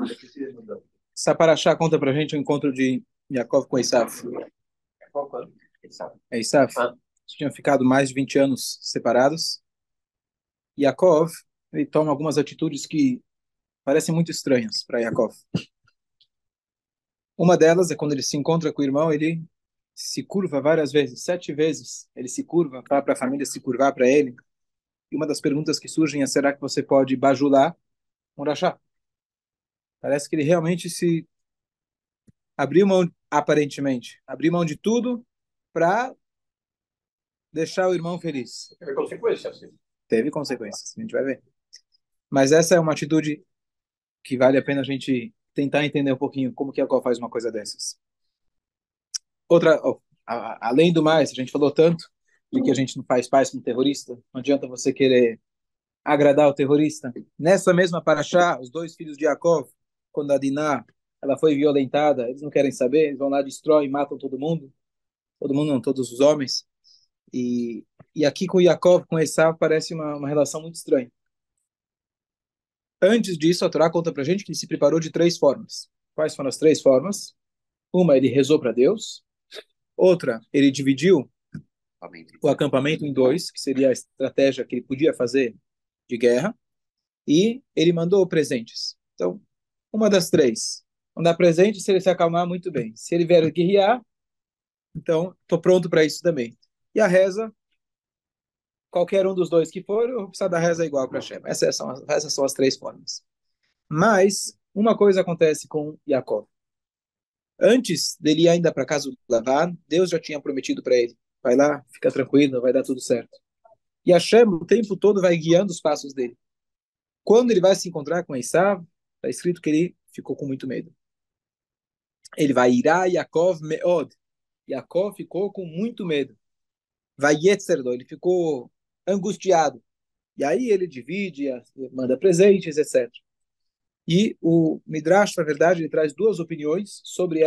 Essa paraxá conta pra gente o encontro de Yaakov com Esav. Esav. Tinham ficado mais de 20 anos separados. Yaakov, ele toma algumas atitudes que parecem muito estranhas para Yaakov. Uma delas é quando ele se encontra com o irmão, ele se curva várias vezes, 7 vezes. Ele se curva para a família se curvar para ele. E uma das perguntas que surgem é: será que você pode bajular um rachá? Parece que ele realmente se abriu mão, aparentemente, abriu mão de tudo para deixar o irmão feliz. Teve consequências, sim. Teve consequências, a gente vai ver. Mas essa é uma atitude que vale a pena a gente tentar entender um pouquinho como que Yaakov faz uma coisa dessas. Outra, além do mais, a gente falou tanto de que a gente não faz paz com o terrorista, não adianta você querer agradar o terrorista. Nessa mesma paraxá, os dois filhos de Yaakov, quando a Diná ela foi violentada, eles não querem saber, eles vão lá, destroem, matam todo mundo não, todos os homens. E aqui com Yaakov, com Esav, parece uma relação muito estranha. Antes disso, a Torá conta pra gente que ele se preparou de 3 formas. Quais foram as 3 formas? Uma, ele rezou para Deus. Outra, ele dividiu o acampamento em 2, que seria a estratégia que ele podia fazer de guerra. E ele mandou presentes. Então, uma das 3. Mandar presente se ele se acalmar, muito bem. Se ele vier guerrear, então, estou pronto para isso também. E a reza, qualquer um dos dois que for, eu vou precisar da reza igual para Hashem. Essas são as 3 formas. Mas uma coisa acontece com Jacó. Antes dele ir ainda para casa do Lavan, Deus já tinha prometido para ele: vai lá, fica tranquilo, vai dar tudo certo. E Hashem o tempo todo vai guiando os passos dele. Quando ele vai se encontrar com Esav, está escrito que ele ficou com muito medo. Ele vai irar Yaakov meod. Yaakov ficou com muito medo. Vai yetzerdo, ele ficou angustiado. E aí ele divide, manda presentes, etc. E o Midrash, na verdade, ele traz 2 opiniões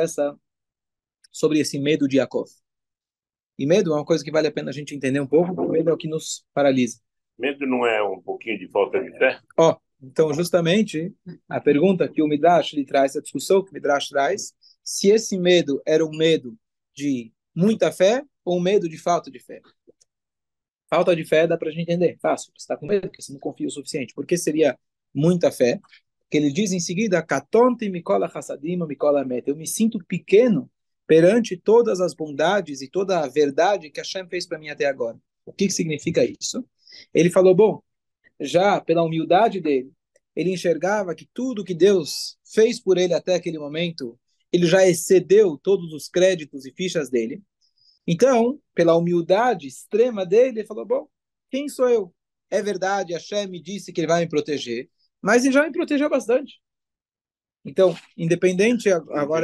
sobre esse medo de Yaakov. E medo é uma coisa que vale a pena a gente entender um pouco, porque medo é o que nos paralisa. Medo não é um pouquinho de falta de fé? Então, justamente, a pergunta que o Midrash ele traz, a discussão que o Midrash traz, se esse medo era um medo de muita fé ou um medo de falta de fé. Falta de fé dá para a gente entender. Fácil, você está com medo porque você não confia o suficiente. Por que seria muita fé? Porque ele diz em seguida, Katonte mikola hassadim mikola met. Eu me sinto pequeno perante todas as bondades e toda a verdade que Hashem fez para mim até agora. O que significa isso? Ele falou, bom, já pela humildade dele, ele enxergava que tudo que Deus fez por ele até aquele momento, ele já excedeu todos os créditos e fichas dele. Então, pela humildade extrema dele, ele falou, bom, quem sou eu? É verdade, Hashem me disse que ele vai me proteger, mas ele já me protegeu bastante. Então, independente agora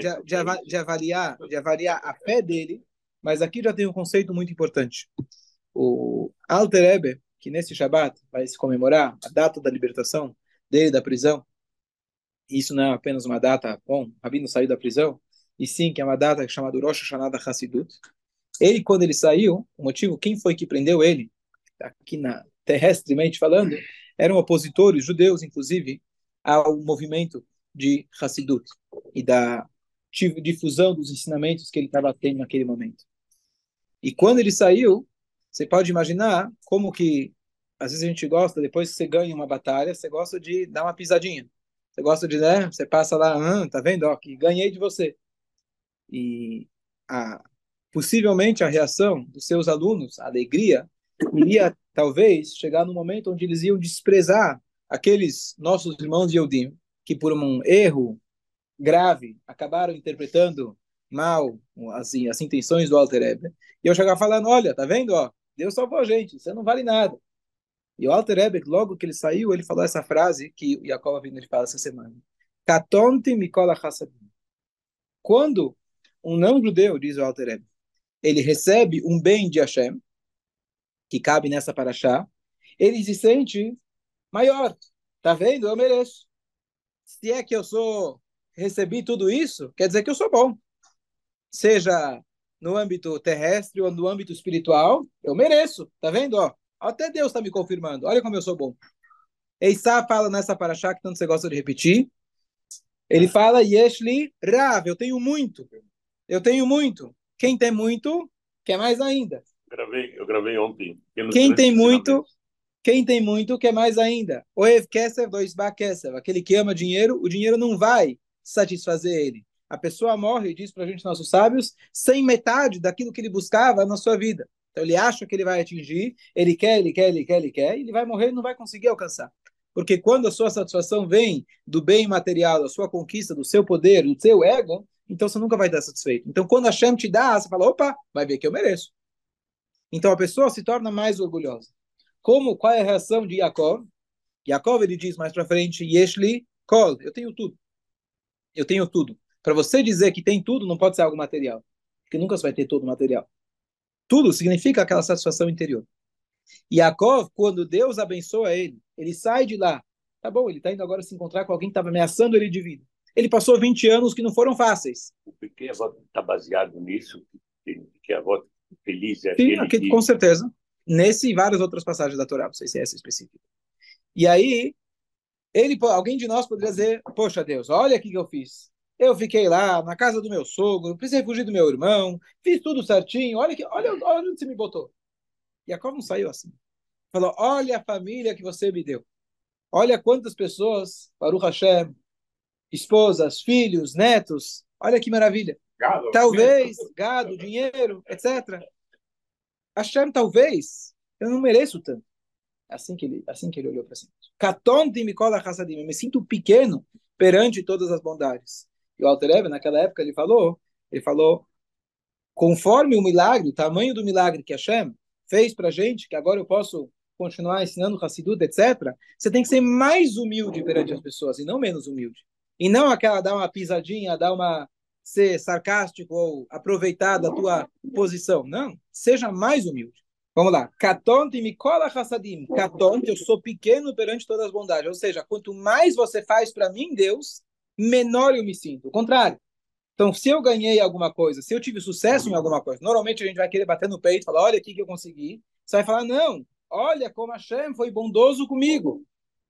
de avaliar a fé dele, mas aqui já tem um conceito muito importante. O Alter Rebbe, que nesse Shabat vai se comemorar a data da libertação dele da prisão, e isso não é apenas uma data, bom, o Rabino saiu da prisão, e sim que é uma data chamada Rosh Hashanah da Hassidut. Ele, quando ele saiu, o motivo, quem foi que prendeu ele, aqui terrestremente falando, eram opositores judeus, inclusive, ao movimento de Hassidut e da difusão dos ensinamentos que ele estava tendo naquele momento. E quando ele saiu, você pode imaginar como que, às vezes a gente gosta, depois que você ganha uma batalha, você gosta de dar uma pisadinha. Você gosta de, né? Você passa lá, tá vendo? Ó, que ganhei de você. E possivelmente a reação dos seus alunos, a alegria, iria talvez chegar no momento onde eles iam desprezar aqueles nossos irmãos de Eudim, que por um erro grave acabaram interpretando mal assim, as intenções do Alter Rebbe. E eu chegar falando, olha, tá vendo? Ó, Deus salvou a gente, você não vale nada. E o Alter Rebbe, logo que ele saiu, ele falou essa frase que o Yaakov Avinu ele fala essa semana. Katonti mikola chassadim. Quando um não-judeu, diz o Alter Rebbe, ele recebe um bem de Hashem, que cabe nessa paraxá, ele se sente maior. Tá vendo? Eu mereço. Se é que recebi tudo isso, quer dizer que eu sou bom. Seja no âmbito terrestre ou no âmbito espiritual, eu mereço. Tá vendo? Ó, até Deus está me confirmando. Olha como eu sou bom. Eissá fala nessa paraxá que tanto você gosta de repetir, Ele fala, Yeshli Rav, eu tenho muito. Eu tenho muito. Quem tem muito, quer mais ainda. Eu gravei ontem. Quem tem muito, quem tem muito, quer mais ainda. Oev Kesef, dois Ba Kesef. Aquele que ama dinheiro, o dinheiro não vai satisfazer ele. A pessoa morre, diz para a gente, nossos sábios, sem metade daquilo que ele buscava na sua vida. Então ele acha que ele vai atingir, ele quer, ele quer, ele quer, ele quer, e ele vai morrer e não vai conseguir alcançar. Porque quando a sua satisfação vem do bem material, da sua conquista, do seu poder, do seu ego, então você nunca vai estar satisfeito. Então quando a Hashem te dá, você fala, opa, vai ver que eu mereço. Então a pessoa se torna mais orgulhosa. Qual é a reação de Yaakov? Yaakov, ele diz mais para frente, Yeshli kol, eu tenho tudo. Eu tenho tudo. Para você dizer que tem tudo, não pode ser algo material. Porque nunca você vai ter todo o material. Tudo significa aquela satisfação interior. Yaakov, quando Deus abençoa ele, ele sai de lá. Tá bom, ele está indo agora se encontrar com alguém que estava ameaçando ele de vida. Ele passou 20 anos que não foram fáceis. O pequeno voto está baseado nisso, que a voto feliz é Sim, aquele aqui, com certeza. Nesse e várias outras passagens da Torá, não sei se é essa específica. E aí, alguém de nós poderia dizer, poxa Deus, olha o que eu fiz. Eu fiquei lá na casa do meu sogro, precisei fugir do meu irmão, fiz tudo certinho, olha onde você me botou. Jacob não saiu assim. Falou, olha a família que você me deu. Olha quantas pessoas, Baruch Hashem, esposas, filhos, netos, olha que maravilha. gado. Talvez, gado, dinheiro, etc. Hashem, talvez, eu não mereço tanto. Assim que ele olhou para cima. Katonti mikola chassadim. Eu me sinto pequeno perante todas as bondades. E o Alter Rebbe, naquela época, ele falou, conforme o milagre, o tamanho do milagre que Hashem fez para a gente, que agora eu posso continuar ensinando Hassidut, etc., você tem que ser mais humilde perante as pessoas e não menos humilde. E não aquela dar uma pisadinha, ser sarcástico ou aproveitar da tua posição. Não, seja mais humilde. Vamos lá. Katonte mikola chassadim. Katonte, eu sou pequeno perante todas as bondades. Ou seja, quanto mais você faz para mim, Deus, menor eu me sinto. O contrário. Então, se eu ganhei alguma coisa, se eu tive sucesso em alguma coisa, normalmente a gente vai querer bater no peito e falar, olha aqui que eu consegui. Você vai falar, não, olha como a Hashem foi bondoso comigo.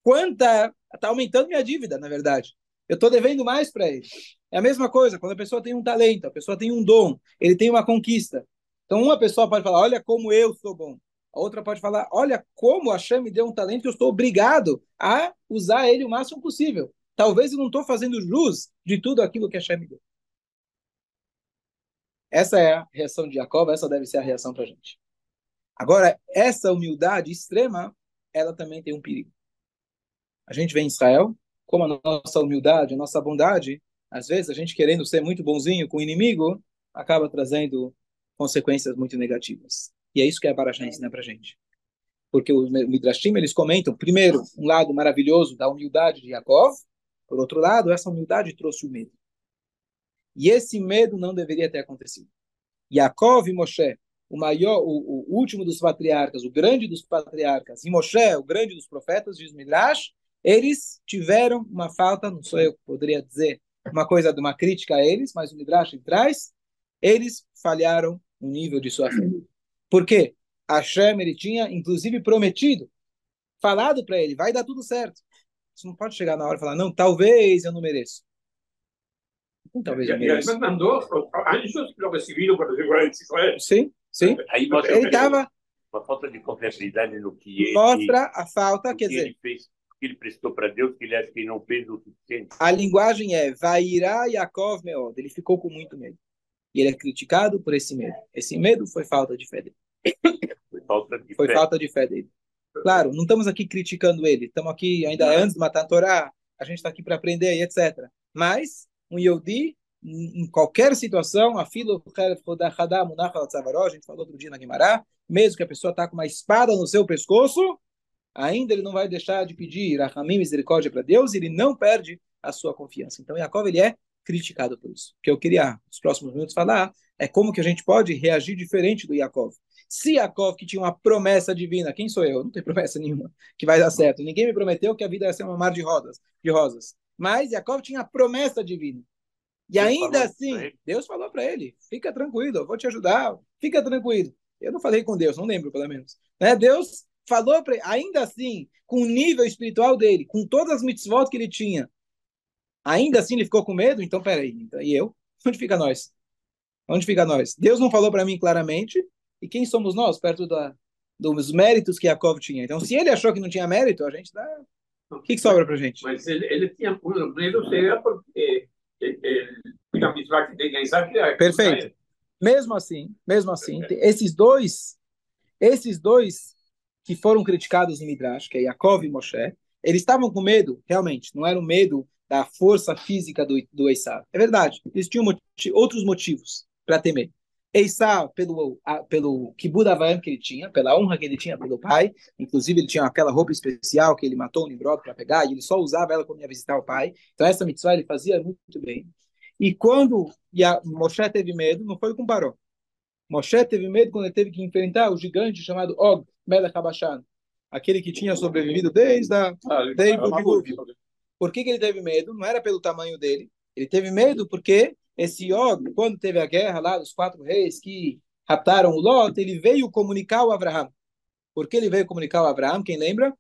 Está aumentando minha dívida, na verdade. Eu estou devendo mais para ele. É a mesma coisa, quando a pessoa tem um talento, a pessoa tem um dom, ele tem uma conquista. Então, uma pessoa pode falar, olha como eu sou bom. A outra pode falar, olha como a Hashem me deu um talento que eu estou obrigado a usar ele o máximo possível. Talvez eu não estou fazendo jus de tudo aquilo que a Hashem me deu. Essa é a reação de Jacob, essa deve ser a reação para a gente. Agora, essa humildade extrema, ela também tem um perigo. A gente vê em Israel, como a nossa humildade, a nossa bondade, às vezes a gente querendo ser muito bonzinho com o inimigo, acaba trazendo consequências muito negativas. E é isso que a Paraxá ensina para a gente. Porque os Midrashim, eles comentam, primeiro, um lado maravilhoso da humildade de Jacob, por outro lado, essa humildade trouxe o medo. E esse medo não deveria ter acontecido. Yaakov e Moshe, o último dos patriarcas, o grande dos patriarcas, e Moshe, o grande dos profetas, diz Midrash, eles tiveram uma falta, não sou eu que poderia dizer uma coisa de uma crítica a eles, mas o Midrash traz, eles falharam no nível de sua fé. Por quê? Hashem, ele tinha, inclusive, prometido, falado para ele, vai dar tudo certo. Você não pode chegar na hora e falar, não, talvez eu não mereço. Talvez eu mereça. Además mandó anjos que lo recibieron para seguridad de Israel. Sim, sim. Aí mostra Ele estava... uma falta de confiabilidade no que ele, Mostra a falta, quer que dizer... ele fez, que ele prestou para Deus, que ele acha que não fez o suficiente. A linguagem é Vairá Yaakov Meod. Ele ficou com muito medo. E ele é criticado por esse medo. Esse medo foi falta de fé dele. Foi falta de fé dele. Claro, não estamos aqui criticando ele. Estamos aqui ainda antes de matar a Torá. A gente está aqui para aprender e etc. Mas um Yehudi, em qualquer situação, a filo a gente falou outro dia na Guimará, mesmo que a pessoa está com uma espada no seu pescoço, ainda ele não vai deixar de pedir Rahamim, misericórdia para Deus, e ele não perde a sua confiança. Então, Yaakov, ele é criticado por isso. O que eu queria, nos próximos minutos, falar é como que a gente pode reagir diferente do Yaakov. Se Yaakov, que tinha uma promessa divina, quem sou eu? Não tem promessa nenhuma que vai dar certo. Ninguém me prometeu que a vida ia ser uma mar de rosas. Mas Yaakov tinha a promessa divina. E ainda assim, Deus falou para ele, fica tranquilo, eu vou te ajudar, fica tranquilo. Eu não falei com Deus, não lembro pelo menos. Né? Deus falou para ele, ainda assim, com o nível espiritual dele, com todas as mitzvot que ele tinha, Ainda assim ele ficou com medo? Então, peraí. Então, e eu? Onde fica nós? Onde fica nós? Deus não falou para mim claramente. E quem somos nós perto dos méritos que Yaakov tinha? Então, se ele achou que não tinha mérito, a gente dá. O que sobra para a gente? Mas ele tinha um medo seria porque a mitzvah que tem que exagerar. Perfeito. Mesmo assim, esses dois que foram criticados no Midrash, que é Yaakov e Moshe, eles estavam com medo, realmente, não era o medo da força física do Esaú. É verdade, eles tinham outros motivos para temer. Esaú, pelo kibud avayim que ele tinha, pela honra que ele tinha pelo pai, inclusive ele tinha aquela roupa especial que ele matou o Nimrod para pegar, e ele só usava ela quando ia visitar o pai. Então essa mitzvah ele fazia muito bem. E quando Moshe teve medo, não foi com Paró. Moshe teve medo quando ele teve que enfrentar o gigante chamado Og, Melech HaBashan, aquele que tinha sobrevivido desde o dilúvio. Por que ele teve medo? Não era pelo tamanho dele. Ele teve medo porque esse Og, quando teve a guerra lá dos 4 reis que raptaram o Lot, ele veio comunicar o Abraham. Por que ele veio comunicar o Abraham? Quem lembra?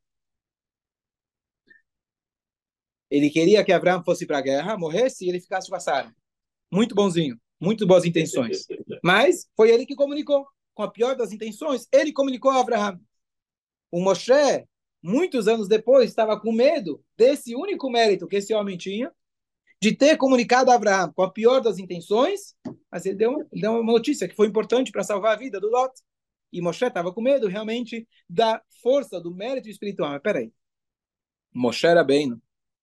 Ele queria que Abraham fosse para a guerra, morresse e ele ficasse vassalo. Muito bonzinho, muito boas intenções. Mas foi ele que comunicou. Com a pior das intenções, ele comunicou a Abraham. O Moshe, muitos anos depois, estava com medo desse único mérito que esse homem tinha, de ter comunicado a Abraham com a pior das intenções, mas ele deu uma notícia que foi importante para salvar a vida do Lot. E Moshe estava com medo, realmente, da força, do mérito espiritual. Mas peraí, Moshe era bem,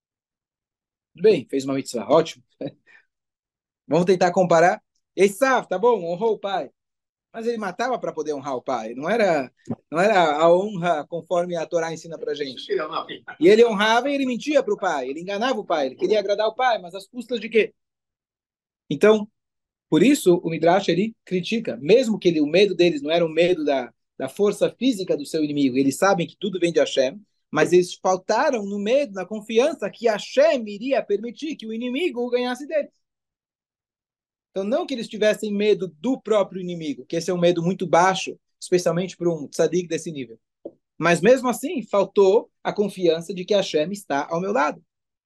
fez uma mitzvah, ótimo. Vamos tentar comparar. Esav, tá bom, honrou o pai. Mas ele matava para poder honrar o pai. Não era a honra conforme a Torá ensina para gente. E ele honrava e ele mentia para o pai. Ele enganava o pai. Ele queria agradar o pai, mas às custas de quê? Então, por isso, o Midrash ele critica. Mesmo que o medo deles não era o medo da força física do seu inimigo. Eles sabem que tudo vem de Hashem. Mas eles faltaram no medo, na confiança que Hashem iria permitir que o inimigo ganhasse deles. Então, não que eles tivessem medo do próprio inimigo, que esse é um medo muito baixo, especialmente para um tzadik desse nível. Mas, mesmo assim, faltou a confiança de que Hashem está ao meu lado.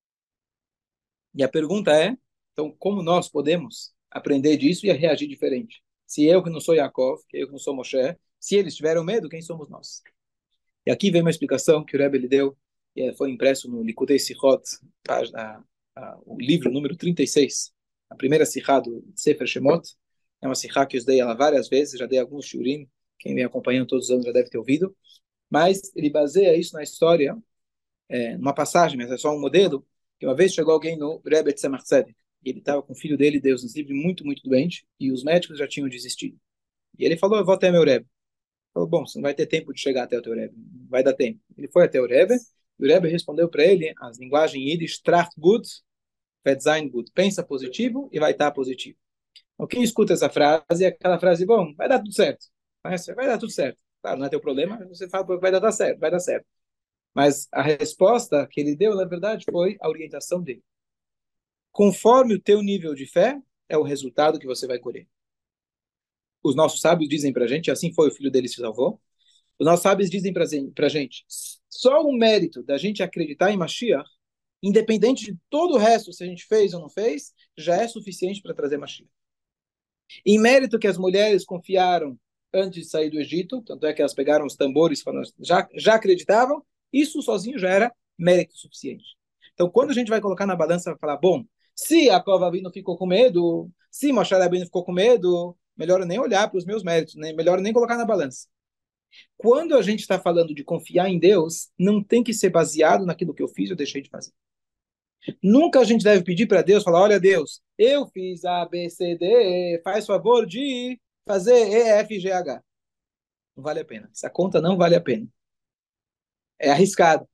E a pergunta é, então, como nós podemos aprender disso e reagir diferente? Se eu que não sou Yaakov, que eu que não sou Moshe, se eles tiveram medo, quem somos nós? E aqui vem uma explicação que o Rebbe ele deu, e foi impresso no Likutei Sichot, o livro número 36, a primeira Sichá do Sefer Shemot. É uma Sichá que eu dei ela várias vezes, já dei alguns shurim, quem vem acompanhando todos os anos já deve ter ouvido, mas ele baseia isso na história, numa passagem, mas é só um modelo, que uma vez chegou alguém no Rebbe Tzemach Tzedek, e ele estava com o filho dele, Deus nos livre, muito, muito doente, e os médicos já tinham desistido. E ele falou, eu vou até meu Rebbe. Falou, bom, você não vai ter tempo de chegar até o teu Rebbe, não vai dar tempo. Ele foi até o Rebbe, e o Rebbe respondeu para ele, as linguagens Yiddish, Tracht gut, wird sein gut. Pensa positivo e vai estar positivo. Então, quem escuta essa frase, é aquela frase, bom, vai dar tudo certo. Vai dar tudo certo. Claro, não é teu problema, você fala que vai dar certo, vai dar certo. Mas a resposta que ele deu, na verdade, foi a orientação dele. Conforme o teu nível de fé, é o resultado que você vai colher. Os nossos sábios dizem para a gente, assim foi o filho dele se salvou. Os nossos sábios dizem para a gente, só o mérito da gente acreditar em Mashiach, independente de todo o resto, se a gente fez ou não fez, já é suficiente para trazer Mashiach. Em mérito que as mulheres confiaram antes de sair do Egito, tanto é que elas pegaram os tambores, já acreditavam, isso sozinho já era mérito suficiente. Então, quando a gente vai colocar na balança, vai falar, bom, se a Yaakov Avinu ficou com medo, se Moshe Rabbeinu ficou com medo, melhor nem olhar para os meus méritos, melhor nem colocar na balança. Quando a gente está falando de confiar em Deus, não tem que ser baseado naquilo que eu fiz ou deixei de fazer. Nunca a gente deve pedir para Deus, falar, olha Deus, eu fiz A, B, C, D, faz favor de fazer E, F, G, H. Não vale a pena. Essa conta não vale a pena. É arriscado.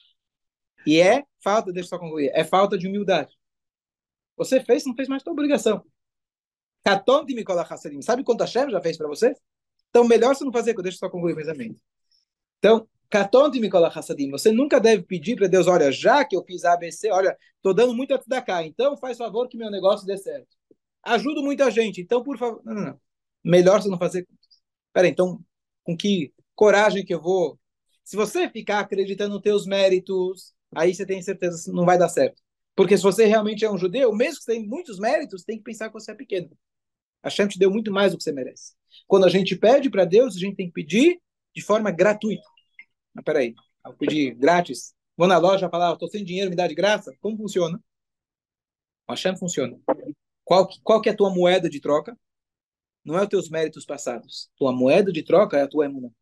E deixa eu só concluir, é falta de humildade. Você fez, não fez mais sua obrigação. Katon de Mikola Hassadim. Sabe quanto a Hashem já fez para você? Então, melhor você não fazer, deixa eu só concluir o pensamento. Então, Katon de Mikola Hassadim. Você nunca deve pedir para Deus, olha, já que eu fiz ABC, olha, estou dando muito a da cá, então faz favor que meu negócio dê certo. Ajudo muita gente, então, por favor. Não. Melhor você não fazer. Peraí, então, com que coragem que eu vou. Se você ficar acreditando nos teus méritos, aí você tem certeza que não vai dar certo. Porque se você realmente é um judeu, mesmo que você tenha muitos méritos, tem que pensar que você é pequeno. Hashem te deu muito mais do que você merece. Quando a gente pede para Deus, a gente tem que pedir de forma gratuita. Mas peraí, eu pedir grátis. Vou na loja falar, estou sem dinheiro, me dá de graça? Como funciona? O Hashem funciona. Qual que é a tua moeda de troca? Não é os teus méritos passados. Tua moeda de troca é a tua emuná.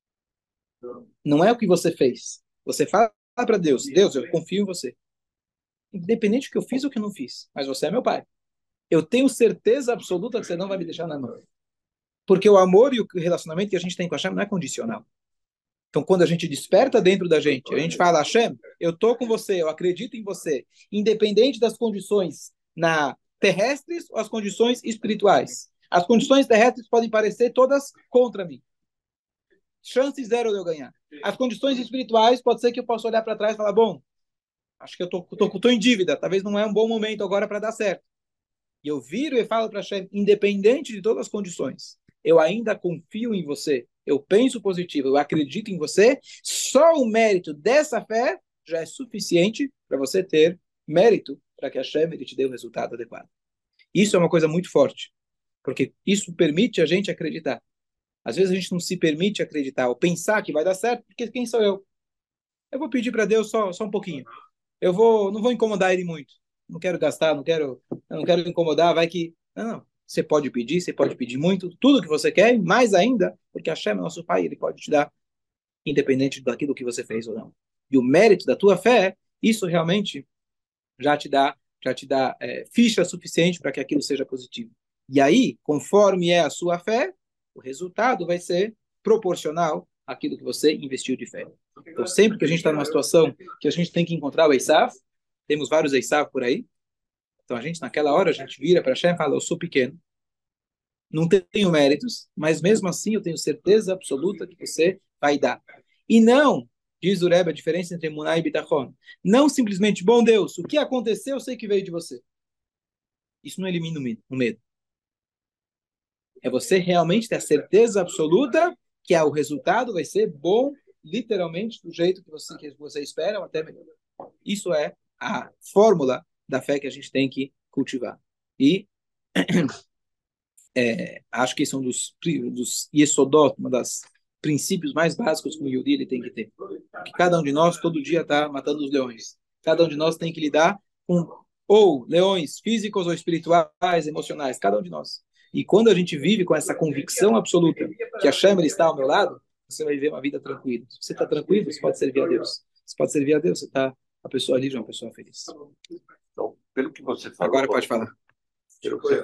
Não é o que você fez. Você fala para Deus, Deus, eu confio em você. Independente do que eu fiz ou que eu não fiz. Mas você é meu pai. Eu tenho certeza absoluta que você não vai me deixar na mão. Porque o amor e o relacionamento que a gente tem com a Hashem não é condicional. Então, quando a gente desperta dentro da gente, a gente fala, Hashem, eu estou com você, eu acredito em você, independente das condições terrestres ou as condições espirituais. As condições terrestres podem parecer todas contra mim. Chance zero de eu ganhar. As condições espirituais, pode ser que eu possa olhar para trás e falar, bom, acho que eu tô em dívida, talvez não é um bom momento agora para dar certo. E eu viro e falo para Hashem, independente de todas as condições, eu ainda confio em você, eu penso positivo, eu acredito em você, só o mérito dessa fé já é suficiente para você ter mérito para que Hashem ele te dê o resultado adequado. Isso é uma coisa muito forte, porque isso permite a gente acreditar. Às vezes a gente não se permite acreditar ou pensar que vai dar certo, porque quem sou eu? Eu vou pedir para Deus só um pouquinho. Não vou incomodar ele muito. Não quero gastar, eu não quero incomodar, vai que... Não. Você pode pedir muito, tudo que você quer, mais ainda, porque Hashem é nosso Pai, Ele pode te dar, independente daquilo que você fez ou não. E o mérito da tua fé, isso realmente já te dá ficha suficiente para que aquilo seja positivo. E aí, conforme é a sua fé, o resultado vai ser proporcional àquilo que você investiu de fé. Então, sempre que a gente está numa situação que a gente tem que encontrar o Esav, temos vários Esav por aí, então naquela hora, a gente vira para Hashem e fala, eu sou pequeno, não tenho méritos, mas mesmo assim eu tenho certeza absoluta que você vai dar. E não, diz o Rebbe, a diferença entre Emuná e Bitachon, não simplesmente, bom Deus, o que aconteceu eu sei que veio de você. Isso não elimina o medo. É você realmente ter a certeza absoluta que o resultado vai ser bom, literalmente, do jeito que você espera, ou até melhor. Isso é a fórmula da fé que a gente tem que cultivar. E acho que isso é um dos Yesodot, uma das princípios mais básicos que o Yehudi ele tem que ter. Porque cada um de nós, todo dia, está matando os leões. Cada um de nós tem que lidar com ou leões físicos ou espirituais, emocionais, cada um de nós. E quando a gente vive com essa convicção absoluta que a Hashem está ao meu lado, você vai viver uma vida tranquila. Se você está tranquilo, você pode servir a Deus. Você pode servir a Deus, você está uma pessoa livre, uma pessoa feliz. Então, pelo que você falou... Agora pode falar. Pelo que você